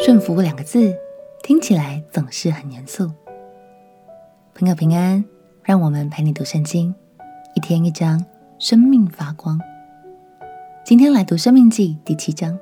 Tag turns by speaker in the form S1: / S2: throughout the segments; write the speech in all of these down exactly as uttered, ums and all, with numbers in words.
S1: 顺服两个字听起来总是很严肃。朋友平安，让我们陪你读圣经，一天一章，生命发光。今天来读申命记第七章。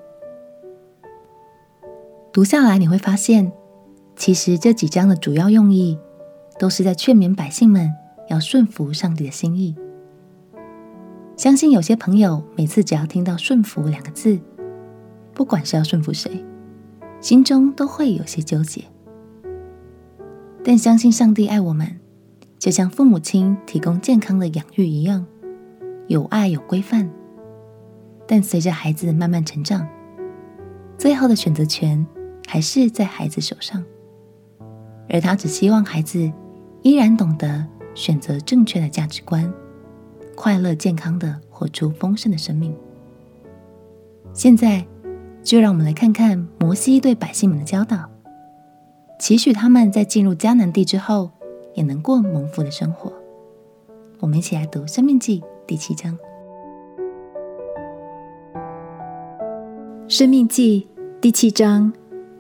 S1: 读下来你会发现，其实这几章的主要用意都是在劝勉百姓们要顺服上帝的心意。相信有些朋友每次只要听到顺服两个字，不管是要顺服谁，心中都会有些纠结。但相信上帝爱我们，就像父母亲提供健康的养育一样，有爱有规范。但随着孩子慢慢成长，最后的选择权还是在孩子手上，而他只希望孩子依然懂得选择正确的价值观，快乐健康的活出丰盛的生命。现在就让我们来看看摩西对百姓们的教导，期许他们在进入迦南地之后也能过蒙福的生活。我们一起来读申命记第七章。
S2: 申命记第七章。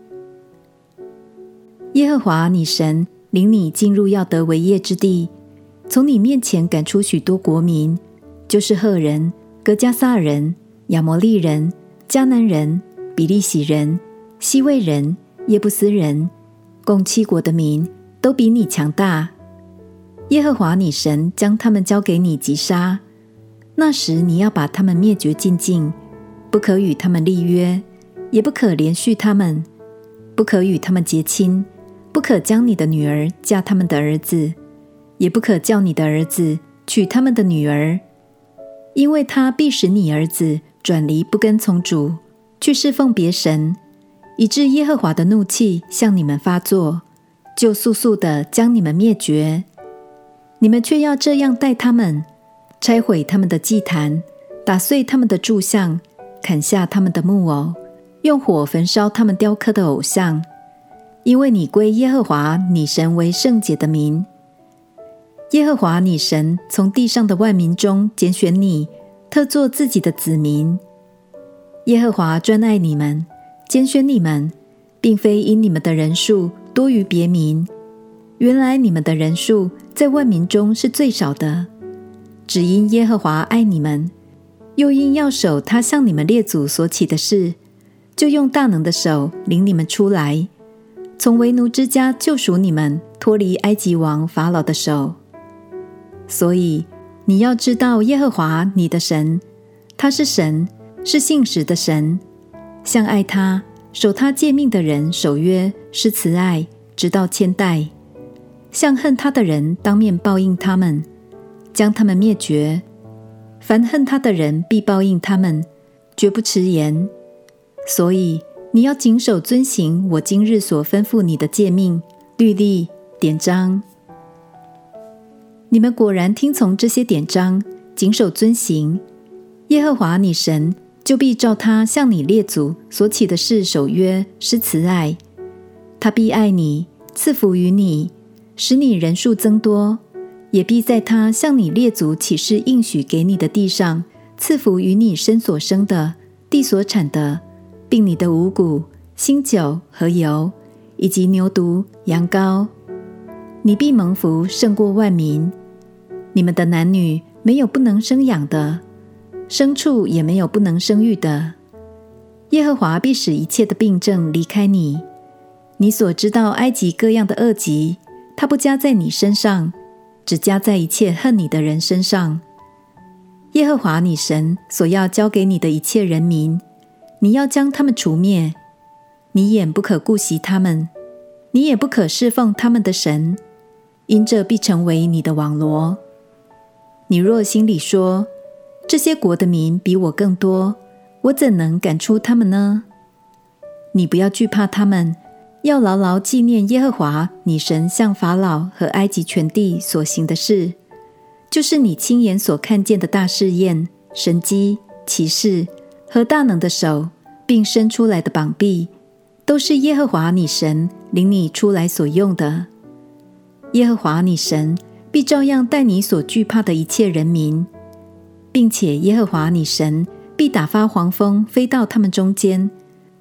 S2: 耶和华你神领你进入要得为业之地，从你面前赶出许多国民，就是赫人、革迦撒人、亚摩利人、迦南人、比利洗人、希未人、耶布斯人，共七国的民，都比你强大。耶和华你神将他们交给你击杀，那时你要把他们灭绝尽尽，不可与他们立约，也不可连续他们，不可与他们结亲，不可将你的女儿嫁他们的儿子，也不可叫你的儿子娶他们的女儿，因为他必使你儿子转离不跟从主，去侍奉别神，以致耶和华的怒气向你们发作，就速速地将你们灭绝。你们却要这样待他们，拆毁他们的祭坛，打碎他们的柱像，砍下他们的木偶，用火焚烧他们雕刻的偶像，因为你归耶和华你神为圣洁的民。耶和华你神从地上的万民中拣选你，特作自己的子民。耶和华专爱你们，拣选你们，并非因你们的人数多于别民，原来你们的人数在万民中是最少的，只因耶和华爱你们，又因要守他向你们列祖所起的事，就用大能的手领你们出来，从为奴之家救赎你们，脱离埃及王法老的手。所以你要知道耶和华你的神，他是神，是信实的神，向爱他守他诫命的人守约，是慈爱，直到千代；向恨他的人当面报应他们，将他们灭绝。凡恨他的人必报应他们，绝不迟延。所以你要谨守遵行我今日所吩咐你的诫命、律例、典章。你们果然听从这些典章，谨守遵行，耶和华你神就必照他向你列祖所起的事守约，施慈爱。他必爱你，赐福于你，使你人数增多，也必在他向你列祖起誓应许给你的地上，赐福于你身所生的、地所产的，并你的五谷、新酒和油，以及牛犊、羊羔。你必蒙福胜过万民。你们的男女没有不能生养的，牲畜也没有不能生育的。耶和华必使一切的病症离开你。你所知道埃及各样的恶疾，他不加在你身上，只加在一切恨你的人身上。耶和华你神所要交给你的一切人民，你要将他们除灭。你眼不可顾惜他们，你也不可侍奉他们的神，因这必成为你的网罗。你若心里说，这些国的民比我更多，我怎能赶出他们呢？你不要惧怕他们，要牢牢纪念耶和华你神向法老和埃及全地所行的事，就是你亲眼所看见的大试验、神迹、奇事和大能的手，并伸出来的膀臂，都是耶和华你神领你出来所用的。耶和华你神必照样待你所惧怕的一切人民，并且耶和华你神必打发黄蜂飞到他们中间，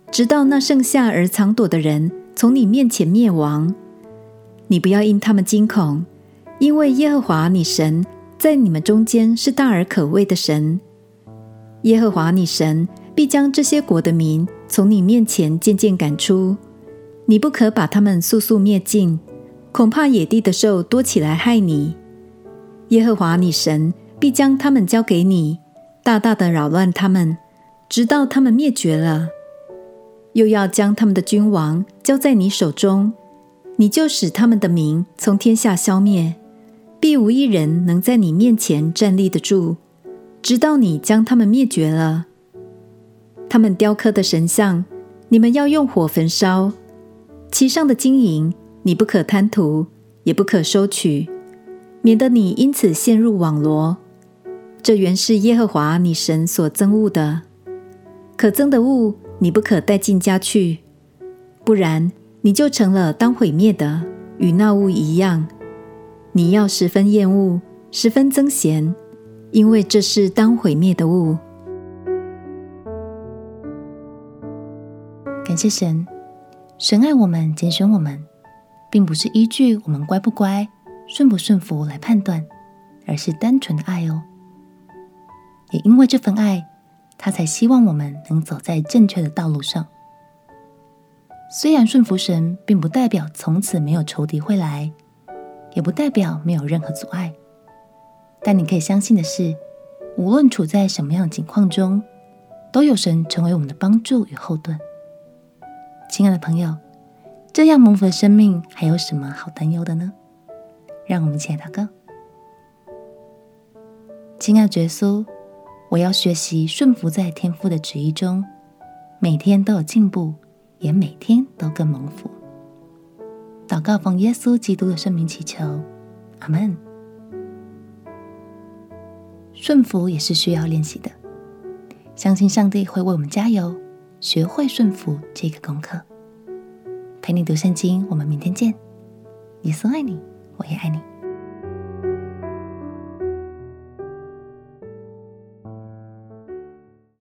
S2: 直到那剩下而藏躲的人从你面前灭亡。你不要因他们惊恐，因为耶和华你神在你们中间是大而可畏的神。耶和华你神必将这些国的民从你面前渐渐赶出，你不可把他们速速灭尽，恐怕野地的兽多起来害你。耶和华你神必将他们交给你，大大的扰乱他们，直到他们灭绝了。又要将他们的君王交在你手中，你就使他们的名从天下消灭，必无一人能在你面前站立得住，直到你将他们灭绝了。他们雕刻的神像，你们要用火焚烧，其上的金银你不可贪图，也不可收取，免得你因此陷入网罗。这原是耶和华你神所憎恶的。可憎的物你不可带进家去，不然你就成了当毁灭的，与那物一样。你要十分厌恶，十分憎嫌，因为这是当毁灭的物。
S1: 感谢神，神爱我们，拣选我们，并不是依据我们乖不乖、顺不顺服来判断，而是单纯的爱哦。也因为这份爱，他才希望我们能走在正确的道路上。虽然顺服神并不代表从此没有仇敌会来，也不代表没有任何阻碍，但你可以相信的是，无论处在什么样的境况中，都有神成为我们的帮助与后盾。亲爱的朋友，这样蒙福的生命还有什么好担忧的呢？让我们一起来祷告。亲爱的主耶稣，我要学习顺服在天父的旨意中，每天都有进步，也每天都更蒙福。祷告奉耶稣基督的圣名祈求，阿们。顺服也是需要练习的，相信上帝会为我们加油，学会顺服这个功课。陪你读圣经，我们明天见。耶稣爱你，我也爱你。